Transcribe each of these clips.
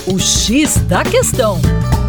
O X da Questão.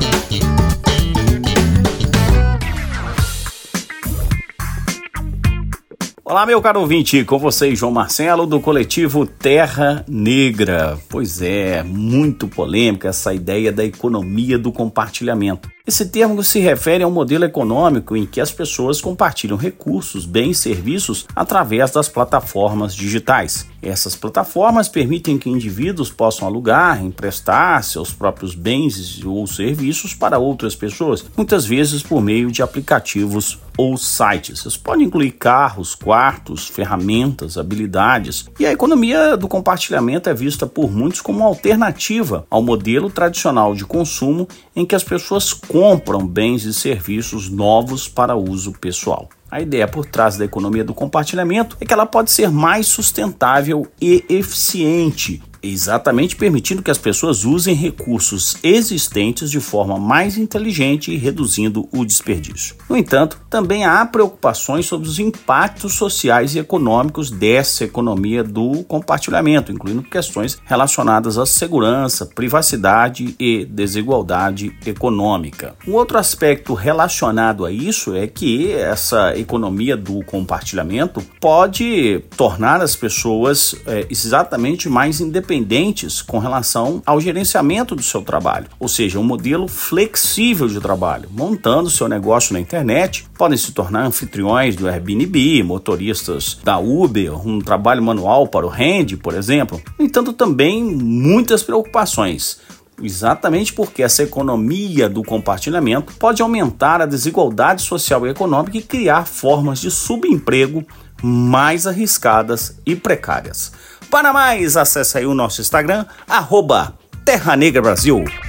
Olá, meu caro ouvinte, com vocês, João Marcelo, do coletivo Terra Negra. Pois é, muito polêmica essa ideia da economia do compartilhamento. Esse termo se refere a um modelo econômico em que as pessoas compartilham recursos, bens e serviços através das plataformas digitais. Essas plataformas permitem que indivíduos possam alugar, emprestar seus próprios bens ou serviços para outras pessoas, muitas vezes por meio de aplicativos ou sites. Isso pode incluir carros, quartos, ferramentas, habilidades. E a economia do compartilhamento é vista por muitos como uma alternativa ao modelo tradicional de consumo em que as pessoas compram bens e serviços novos para uso pessoal. A ideia por trás da economia do compartilhamento é que ela pode ser mais sustentável e eficiente, exatamente permitindo que as pessoas usem recursos existentes de forma mais inteligente e reduzindo o desperdício. No entanto, também há preocupações sobre os impactos sociais e econômicos dessa economia do compartilhamento, incluindo questões relacionadas à segurança, privacidade e desigualdade econômica. Um outro aspecto relacionado a isso é que essa economia do compartilhamento pode tornar as pessoas exatamente mais independentes com relação ao gerenciamento do seu trabalho, ou seja, um modelo flexível de trabalho. Montando seu negócio na internet, podem se tornar anfitriões do Airbnb, motoristas da Uber, um trabalho manual para o Handy, por exemplo. No entanto, também muitas preocupações. Exatamente porque essa economia do compartilhamento pode aumentar a desigualdade social e econômica e criar formas de subemprego mais arriscadas e precárias. Para mais, acesse aí o nosso Instagram, @Terra Negra Brasil.